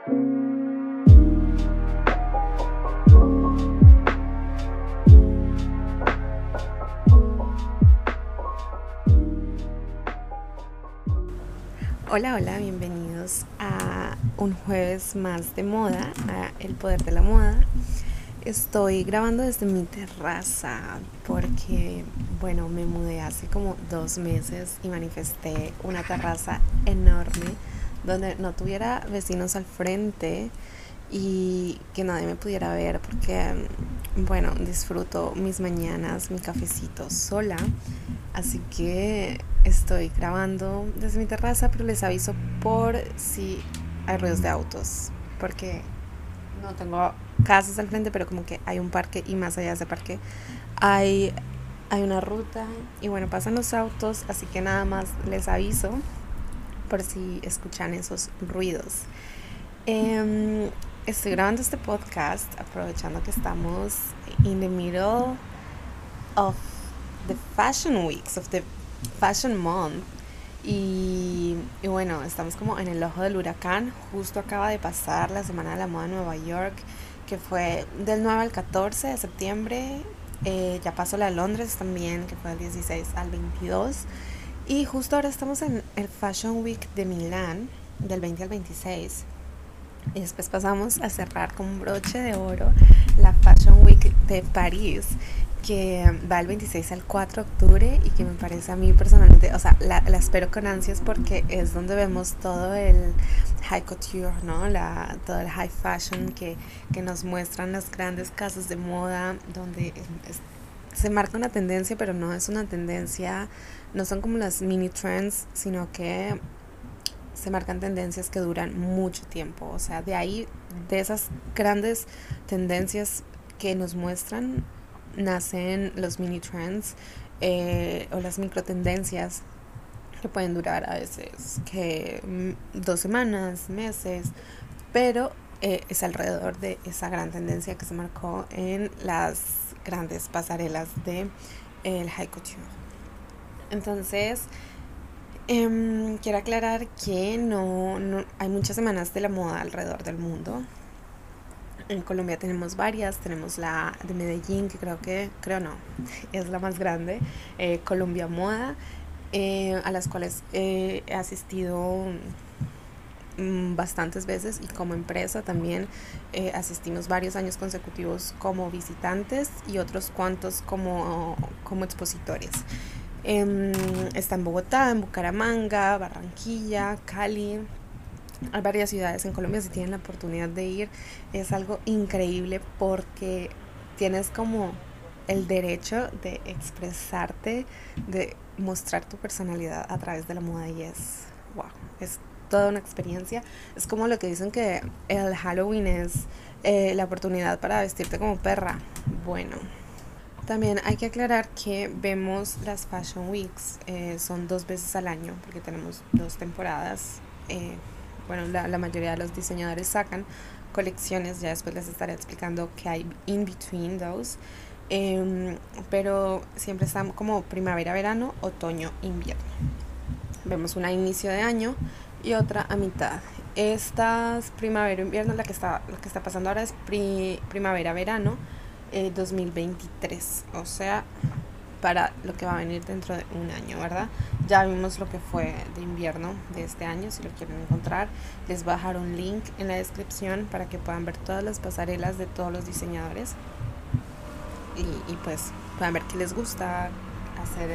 Hola, hola, bienvenidos a un jueves más de moda, a El Poder de la Moda. Estoy grabando desde mi terraza porque, bueno, me mudé hace como 2 meses y manifesté una terraza enorme donde no tuviera vecinos al frente y que nadie me pudiera ver porque, bueno, disfruto mis mañanas, mi cafecito sola. Así que estoy grabando desde mi terraza, pero les aviso por si hay ruidos de autos, porque no tengo casas al frente, pero como que hay un parque y más allá de ese parque hay, hay una ruta y bueno, pasan los autos, así que nada más les aviso por si escuchan esos ruidos. Estoy grabando este podcast aprovechando que estamos in the middle of the fashion weeks, of the fashion month. Y bueno, estamos como en el ojo del huracán. Justo acaba de pasar la Semana de la Moda en Nueva York, que fue del 9 al 14 de septiembre. Ya pasó la de Londres también, que fue del 16 al 22. Y justo ahora estamos en el Fashion Week de Milán, del 20 al 26. Y después pasamos a cerrar con un broche de oro la Fashion Week de París, que va del 26 al 4 de octubre y que me parece a mí personalmente, o sea, la espero con ansias porque es donde vemos todo el high couture, ¿no? Todo el high fashion que nos muestran las grandes casas de moda, donde se marca una tendencia, pero no es una tendencia, no son como las mini trends, sino que se marcan tendencias que duran mucho tiempo. O sea, de ahí, de esas grandes tendencias que nos muestran, nacen los mini trends o las micro tendencias que pueden durar a veces que 2 semanas, meses, pero es alrededor de esa gran tendencia que se marcó en las grandes pasarelas de el high couture. Entonces, quiero aclarar que no hay muchas semanas de la moda alrededor del mundo. En Colombia tenemos varias, tenemos la de Medellín, que creo no, es la más grande, Colombia Moda, a las cuales he asistido bastantes veces y como empresa también asistimos varios años consecutivos como visitantes y otros cuantos como expositores. Está en Bogotá, en Bucaramanga, Barranquilla, Cali. Hay varias ciudades en Colombia, si tienen la oportunidad de ir, es algo increíble porque tienes como el derecho de expresarte, de mostrar tu personalidad a través de la moda y wow, es toda una experiencia. Es como lo que dicen que el Halloween es la oportunidad para vestirte como perra. Bueno, también hay que aclarar que vemos las Fashion Weeks, son 2 veces al año porque tenemos 2 temporadas. Bueno, la mayoría de los diseñadores sacan colecciones, ya después les estaré explicando qué hay in between those. Pero siempre están como primavera-verano, otoño-invierno. Vemos una a inicio de año y otra a mitad. Estas primavera-invierno, la que está pasando ahora es primavera-verano 2023, o sea, para lo que va a venir dentro de un año, ¿verdad? Ya vimos lo que fue de invierno de este año, si lo quieren encontrar, les voy a dejar un link en la descripción para que puedan ver todas las pasarelas de todos los diseñadores y pues puedan ver qué les gusta, hacer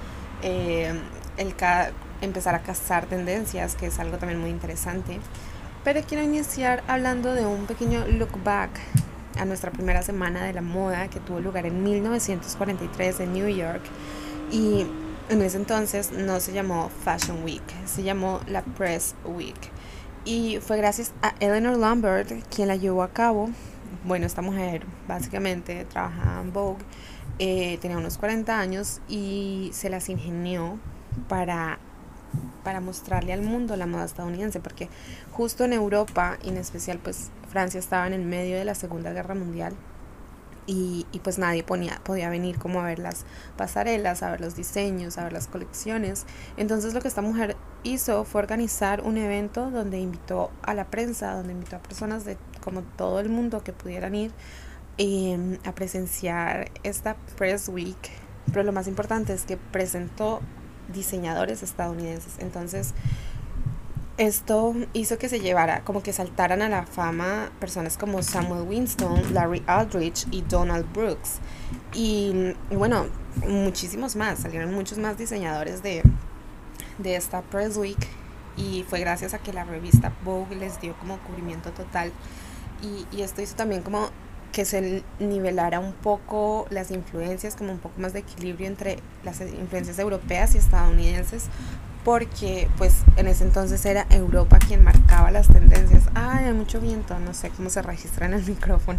empezar a cazar tendencias, que es algo también muy interesante. Pero quiero iniciar hablando de un pequeño look back a nuestra primera semana de la moda que tuvo lugar en 1943 en New York y en ese entonces no se llamó Fashion Week, se llamó la Press Week y fue gracias a Eleanor Lambert quien la llevó a cabo. Bueno, esta mujer básicamente trabajaba en Vogue, tenía unos 40 años y se las ingenió para mostrarle al mundo la moda estadounidense, porque justo en Europa y en especial pues Francia estaba en el medio de la Segunda Guerra Mundial y pues nadie podía venir como a ver las pasarelas, a ver los diseños, a ver las colecciones. Entonces lo que esta mujer hizo fue organizar un evento donde invitó a la prensa, donde invitó a personas de como todo el mundo que pudieran ir a presenciar esta Press Week. Pero lo más importante es que presentó diseñadores estadounidenses. Entonces esto hizo que se llevara, como que saltaran a la fama personas como Samuel Winston, Larry Aldrich y Donald Brooks. Y bueno, muchísimos más, salieron muchos más diseñadores de esta Press Week, y fue gracias a que la revista Vogue les dio como cubrimiento total, y esto hizo también como que se nivelara un poco las influencias, como un poco más de equilibrio entre las influencias europeas y estadounidenses, porque pues en ese entonces era Europa quien marcaba las tendencias. Ay, hay mucho viento, no sé cómo se registra en el micrófono.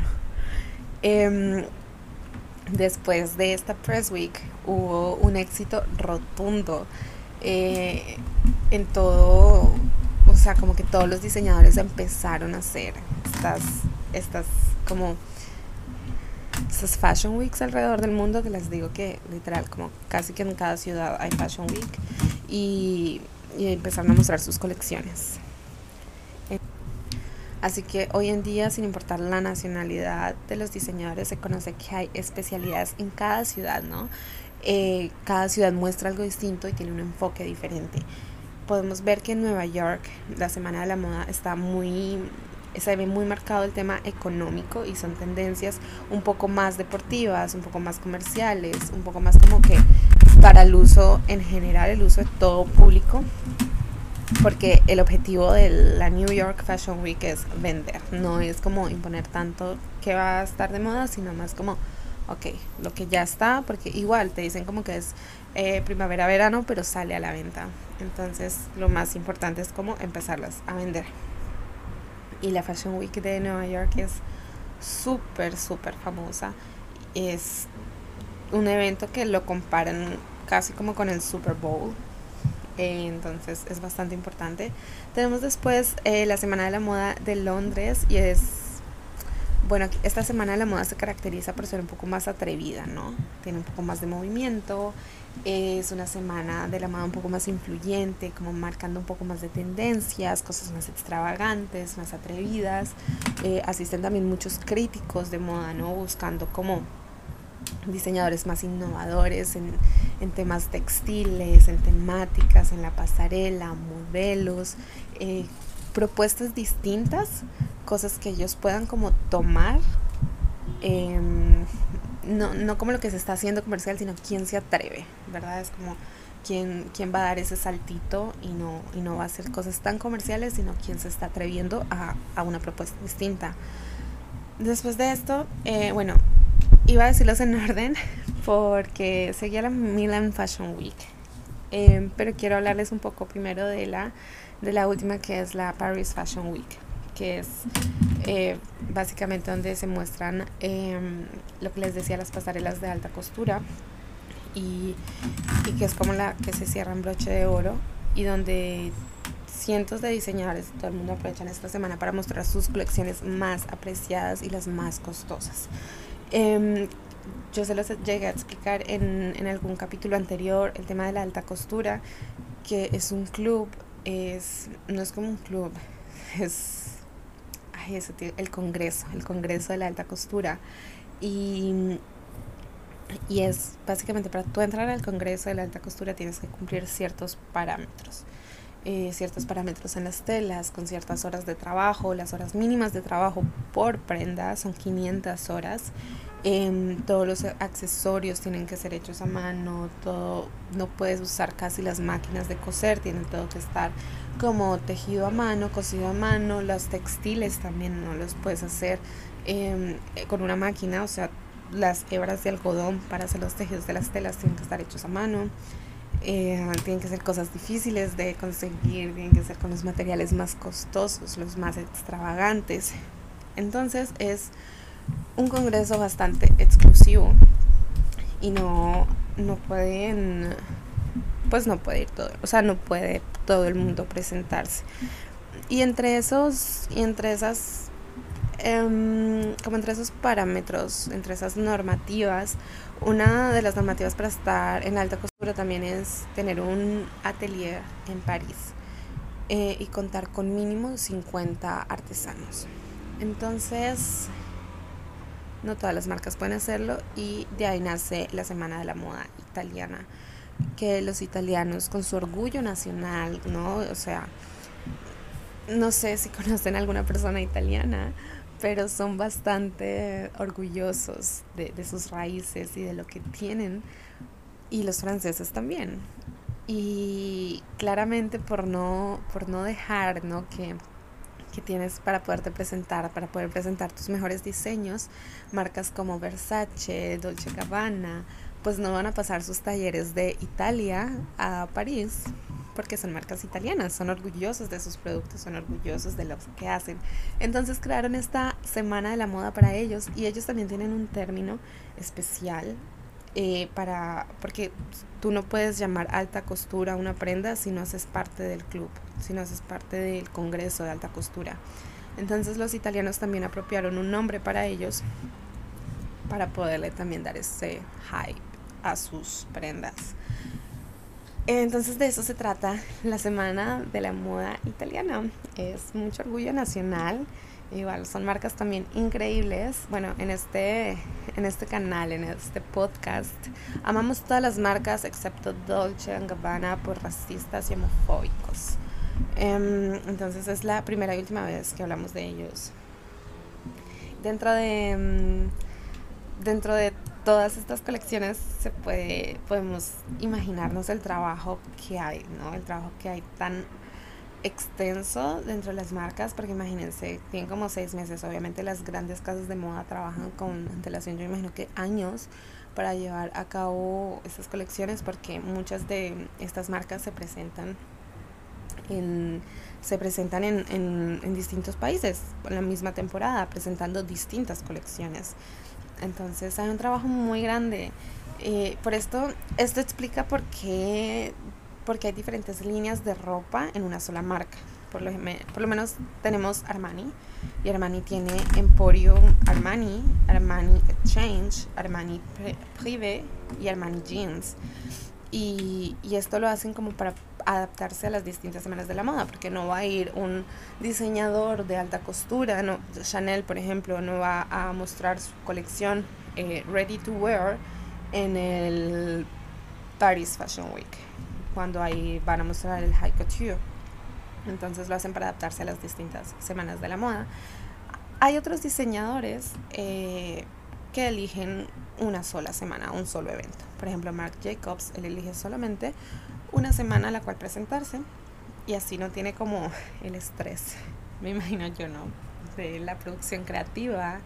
Después de esta Press Week hubo un éxito rotundo en todo, o sea, como que todos los diseñadores empezaron a hacer estas como estas Fashion Weeks alrededor del mundo, que les digo que literal como casi que en cada ciudad hay Fashion Week, y empezaron a mostrar sus colecciones. Así que hoy en día, sin importar la nacionalidad de los diseñadores, se conoce que hay especialidades en cada ciudad, ¿no? Cada ciudad muestra algo distinto y tiene un enfoque diferente. Podemos ver que en Nueva York la Semana de la Moda se ve muy marcado el tema económico, y son tendencias un poco más deportivas, un poco más comerciales, un poco más como que para el uso en general, el uso de todo público, porque el objetivo de la New York Fashion Week es vender, no es como imponer tanto que va a estar de moda, sino más como, ok, lo que ya está, porque igual te dicen como que es primavera-verano, pero sale a la venta. Entonces lo más importante es como empezarlas a vender. Y la Fashion Week de Nueva York es súper, súper famosa. Es un evento que lo comparan casi como con el Super Bowl. Entonces es bastante importante. Tenemos después la Semana de la Moda de Londres, y bueno, esta Semana de la Moda se caracteriza por ser un poco más atrevida, ¿no? Tiene un poco más de movimiento, es una semana de la moda un poco más influyente, como marcando un poco más de tendencias, cosas más extravagantes, más atrevidas. Asisten también muchos críticos de moda, ¿no? Buscando como diseñadores más innovadores en temas textiles, en temáticas, en la pasarela, modelos, propuestas distintas, cosas que ellos puedan como tomar, no como lo que se está haciendo comercial, sino quién se atreve, ¿verdad? Es como quién va a dar ese saltito y no va a hacer cosas tan comerciales, sino quién se está atreviendo a una propuesta distinta. Después de esto, bueno, iba a decirlos en orden porque seguía la Milan Fashion Week, pero quiero hablarles un poco primero de la última, que es la Paris Fashion Week, que es básicamente donde se muestran lo que les decía, las pasarelas de alta costura, y que es como la que se cierra en broche de oro, y donde cientos de diseñadores de todo el mundo aprovechan esta semana para mostrar sus colecciones más apreciadas y las más costosas. Yo se los llegué a explicar en algún capítulo anterior, el tema de la alta costura, que es un club, no es como un club, es el congreso de la alta costura, y es básicamente, para tú entrar al congreso de la alta costura tienes que cumplir ciertos parámetros en las telas, con ciertas horas de trabajo. Las horas mínimas de trabajo por prenda son 500 horas. Todos los accesorios tienen que ser hechos a mano, todo, no puedes usar casi las máquinas de coser, tiene todo que estar como tejido a mano, cosido a mano. Los textiles también no los puedes hacer con una máquina, o sea, las hebras de algodón para hacer los tejidos de las telas tienen que estar hechos a mano. Tienen que ser cosas difíciles de conseguir, tienen que ser con los materiales más costosos, los más extravagantes. Entonces es un congreso bastante exclusivo, y no pueden, pues no puede ir todo, o sea, no puede todo el mundo presentarse. Y entre esos parámetros, entre esas normativas, una de las normativas para estar en la alta costura pero también es tener un atelier en París y contar con mínimo 50 artesanos. Entonces, no todas las marcas pueden hacerlo y de ahí nace la Semana de la Moda Italiana, que los italianos con su orgullo nacional, ¿no? O sea, no sé si conocen a alguna persona italiana, pero son bastante orgullosos de sus raíces y de lo que tienen, y los franceses también. Y claramente por no dejar, ¿no? Que tienes para poderte presentar, para poder presentar tus mejores diseños, marcas como Versace, Dolce Gabbana, pues no van a pasar sus talleres de Italia a París, porque son marcas italianas, son orgullosos de sus productos, son orgullosos de lo que hacen. Entonces crearon esta semana de la moda para ellos, y ellos también tienen un término especial porque tú no puedes llamar alta costura a una prenda si no haces parte del club, si no haces parte del congreso de alta costura. Entonces los italianos también apropiaron un nombre para ellos, para poderle también dar ese hype a sus prendas. Entonces de eso se trata la Semana de la Moda Italiana. Es mucho orgullo nacional. Igual son marcas también increíbles. Bueno, en este canal, en este podcast, amamos todas las marcas excepto Dolce & Gabbana por racistas y homofóbicos. Entonces es la primera y última vez que hablamos de ellos. Dentro de todas estas colecciones podemos imaginarnos el trabajo que hay, ¿no? El trabajo que hay tan extenso dentro de las marcas, porque imagínense, tienen como 6 meses. Obviamente las grandes casas de moda trabajan con antelación, yo imagino que años, para llevar a cabo estas colecciones, porque muchas de estas marcas se presentan en distintos países en la misma temporada, presentando distintas colecciones. Entonces hay un trabajo muy grande. Esto explica porque hay diferentes líneas de ropa en una sola marca. Por lo menos tenemos Armani, y Armani tiene Emporium Armani, Armani Exchange, Armani Privé y Armani Jeans. Y esto lo hacen como para adaptarse a las distintas semanas de la moda, porque no va a ir un diseñador de alta costura, no, Chanel por ejemplo no va a mostrar su colección ready to wear en el Paris Fashion Week, cuando ahí van a mostrar el high couture. Entonces lo hacen para adaptarse a las distintas semanas de la moda. Hay otros diseñadores que eligen una sola semana, un solo evento. Por ejemplo, Marc Jacobs, él elige solamente una semana a la cual presentarse, y así no tiene como el estrés, me imagino yo, ¿no?, de la producción creativa,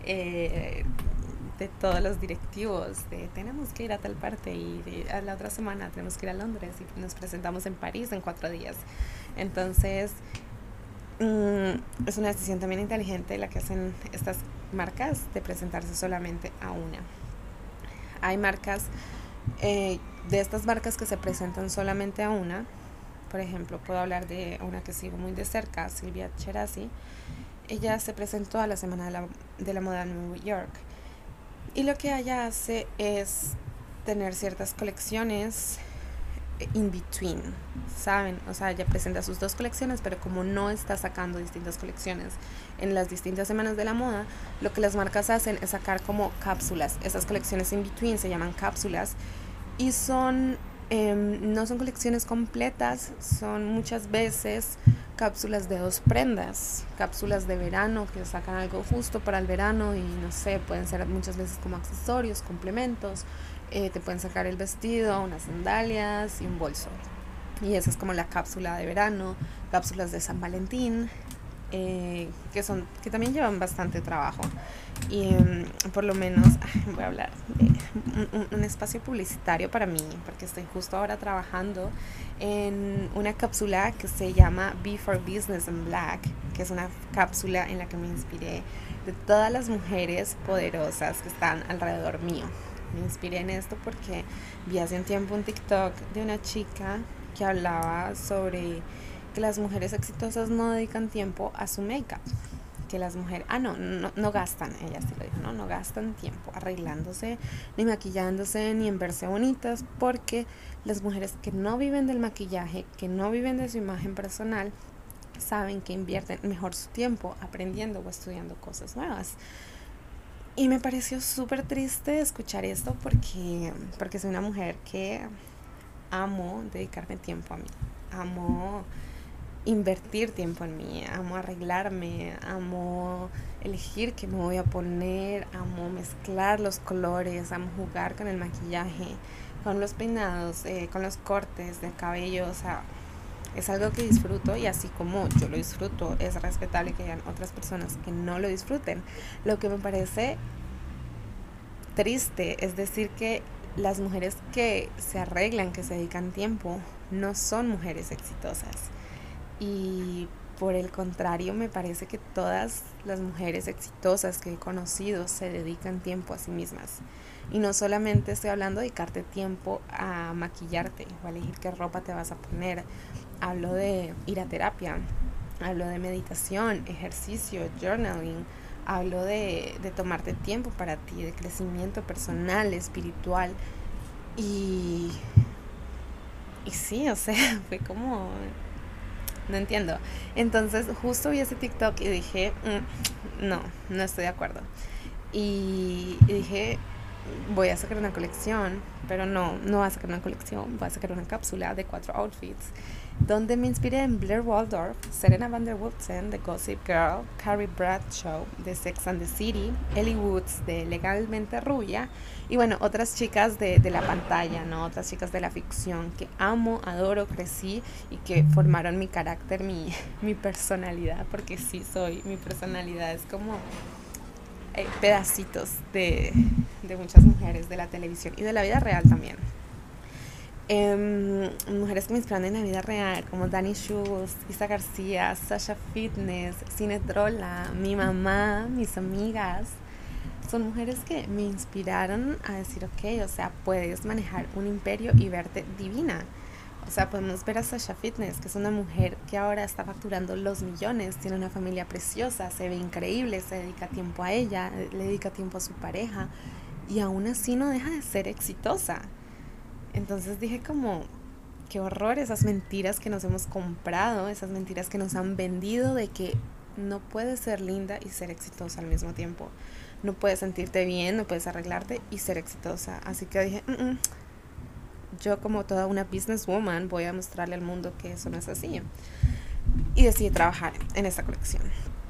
de todos los directivos, de tenemos que ir a tal parte, y a la otra semana tenemos que ir a Londres y nos presentamos en París en 4 días. Entonces es una decisión también inteligente la que hacen estas marcas, de presentarse solamente a una. Hay marcas, de estas marcas que se presentan solamente a una. Por ejemplo, puedo hablar de una que sigo muy de cerca, Silvia Cherasi. Ella se presentó a la Semana de la Moda en New York, y lo que ella hace es tener ciertas colecciones in between, ¿saben? O sea, ella presenta sus 2 colecciones, pero como no está sacando distintas colecciones en las distintas semanas de la moda, lo que las marcas hacen es sacar como cápsulas. Esas colecciones in between se llaman cápsulas, y no son colecciones completas, son muchas veces cápsulas de 2 prendas, cápsulas de verano que sacan algo justo para el verano, y no sé, pueden ser muchas veces como accesorios, complementos. Te pueden sacar el vestido, unas sandalias y un bolso, y esa es como la cápsula de verano. Cápsulas de San Valentín, que también llevan bastante trabajo, y por lo menos voy a hablar de un espacio publicitario para mí, porque estoy justo ahora trabajando en una cápsula que se llama Be for Business in Black, que es una cápsula en la que me inspiré de todas las mujeres poderosas que están alrededor mío. Me inspiré en esto porque vi hace un tiempo un TikTok de una chica que hablaba sobre que las mujeres exitosas no dedican tiempo a su make-up, que las mujeres, no gastan, ella sí lo dijo, no gastan tiempo arreglándose, ni maquillándose, ni en verse bonitas, porque las mujeres que no viven del maquillaje, que no viven de su imagen personal, saben que invierten mejor su tiempo aprendiendo o estudiando cosas nuevas. Y me pareció súper triste escuchar esto porque soy una mujer que amo dedicarme tiempo a mí, amo invertir tiempo en mí, amo arreglarme, amo elegir qué me voy a poner, amo mezclar los colores, amo jugar con el maquillaje, con los peinados, con los cortes de cabello, o sea, es algo que disfruto y así como yo lo disfruto, es respetable que hayan otras personas que no lo disfruten. Lo que me parece triste es decir que las mujeres que se arreglan, que se dedican tiempo, no son mujeres exitosas. Y por el contrario, me parece que todas las mujeres exitosas que he conocido se dedican tiempo a sí mismas. Y no solamente estoy hablando de dedicarte tiempo a maquillarte o a elegir qué ropa te vas a poner. Hablo de ir a terapia, hablo de meditación, ejercicio, journaling. Hablo de tomarte tiempo para ti, de crecimiento personal, espiritual. Y, y sí, o sea, fue como no entiendo. Entonces justo vi ese TikTok y dije, no estoy de acuerdo. Y dije, voy a sacar una colección, pero no voy a sacar una colección, voy a sacar una cápsula de 4 outfits, donde me inspiré en Blair Waldorf, Serena van der Woodsen de Gossip Girl, Carrie Bradshaw de Sex and the City, Ellie Woods de Legalmente Rubia, y bueno, otras chicas de la pantalla, ¿no? Otras chicas de la ficción que amo, adoro, crecí y que formaron mi carácter, mi personalidad, porque sí soy, mi personalidad es como pedacitos de muchas mujeres de la televisión y de la vida real también. Mujeres que me inspiran en la vida real, como Dani Schultz, Isa García, Sasha Fitness, Cine Trolla, mi mamá, mis amigas. Son mujeres que me inspiraron a decir, ok, o sea, puedes manejar un imperio y verte divina. O sea, podemos ver a Sasha Fitness, que es una mujer que ahora está facturando los millones, tiene una familia preciosa, se ve increíble, se dedica tiempo a ella, le dedica tiempo a su pareja y aún así no deja de ser exitosa. Entonces dije como, qué horror esas mentiras que nos hemos comprado, esas mentiras que nos han vendido de que no puedes ser linda y ser exitosa al mismo tiempo. No puedes sentirte bien, no puedes arreglarte y ser exitosa. Así que dije, yo como toda una businesswoman voy a mostrarle al mundo que eso no es así. Y decidí trabajar en esta colección.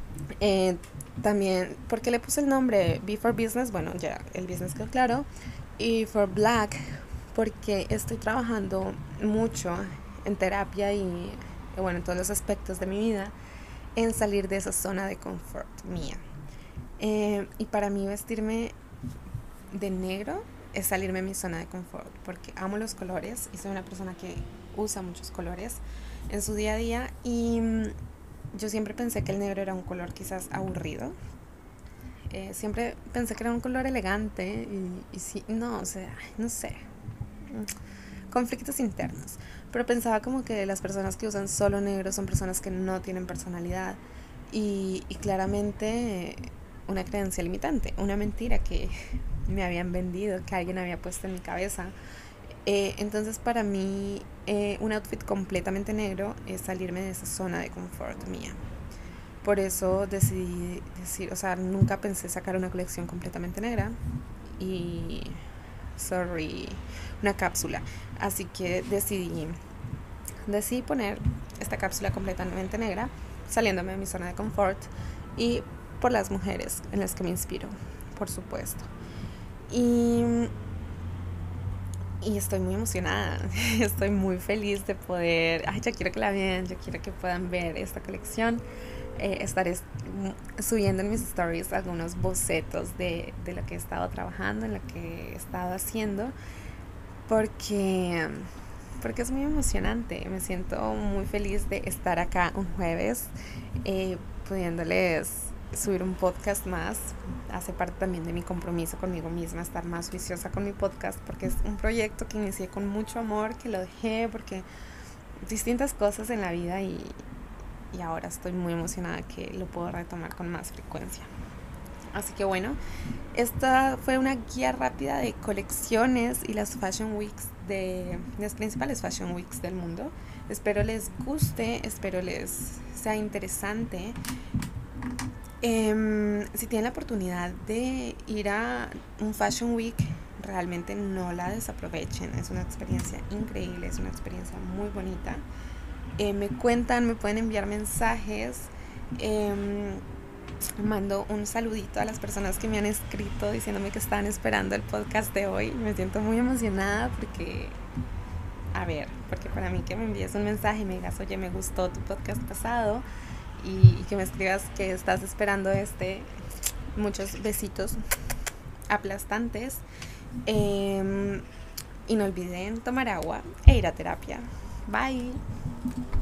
También, porque le puse el nombre B for Business, bueno, ya el business quedó claro. Y for Black, porque estoy trabajando mucho en terapia y bueno, en todos los aspectos de mi vida, en salir de esa zona de confort mía. Y para mí vestirme de negro es salirme de mi zona de confort, porque amo los colores y soy una persona que usa muchos colores en su día a día y yo siempre pensé que el negro era un color quizás aburrido. Siempre pensé que era un color elegante y sí, no, o sea, no sé, conflictos internos, pero pensaba como que las personas que usan solo negro son personas que no tienen personalidad y claramente una creencia limitante, una mentira que me habían vendido, que alguien había puesto en mi cabeza. Entonces para mí un outfit completamente negro es salirme de esa zona de confort mía. Por eso decidí decir, o sea, nunca pensé sacar una colección completamente negra y una cápsula. Así que decidí poner esta cápsula completamente negra, saliéndome de mi zona de confort y por las mujeres en las que me inspiro, por supuesto. Y estoy muy emocionada, estoy muy feliz de poder, ya quiero que la vean, ya quiero que puedan ver esta colección. Estaré subiendo en mis stories algunos bocetos de lo que he estado trabajando, en lo que he estado haciendo, porque es muy emocionante. Me siento muy feliz de estar acá un jueves, pudiéndoles subir un podcast más. Hace parte también de mi compromiso conmigo misma, estar más juiciosa con mi podcast, porque es un proyecto que inicié con mucho amor, que lo dejé porque distintas cosas en la vida y y ahora estoy muy emocionada que lo puedo retomar con más frecuencia. Así que bueno, esta fue una guía rápida de colecciones y las Fashion Weeks de las principales Fashion Weeks del mundo. Espero les guste, espero les sea interesante. Si tienen la oportunidad de ir a un Fashion Week, realmente no la desaprovechen. Es una experiencia increíble, es una experiencia muy bonita. Me cuentan, me pueden enviar mensajes. Mando un saludito a las personas que me han escrito diciéndome que están esperando el podcast de hoy. Me siento muy emocionada porque para mí que me envíes un mensaje y me digas, oye, me gustó tu podcast pasado, y que me escribas que estás esperando muchos besitos aplastantes. Y no olviden tomar agua e ir a terapia. Bye.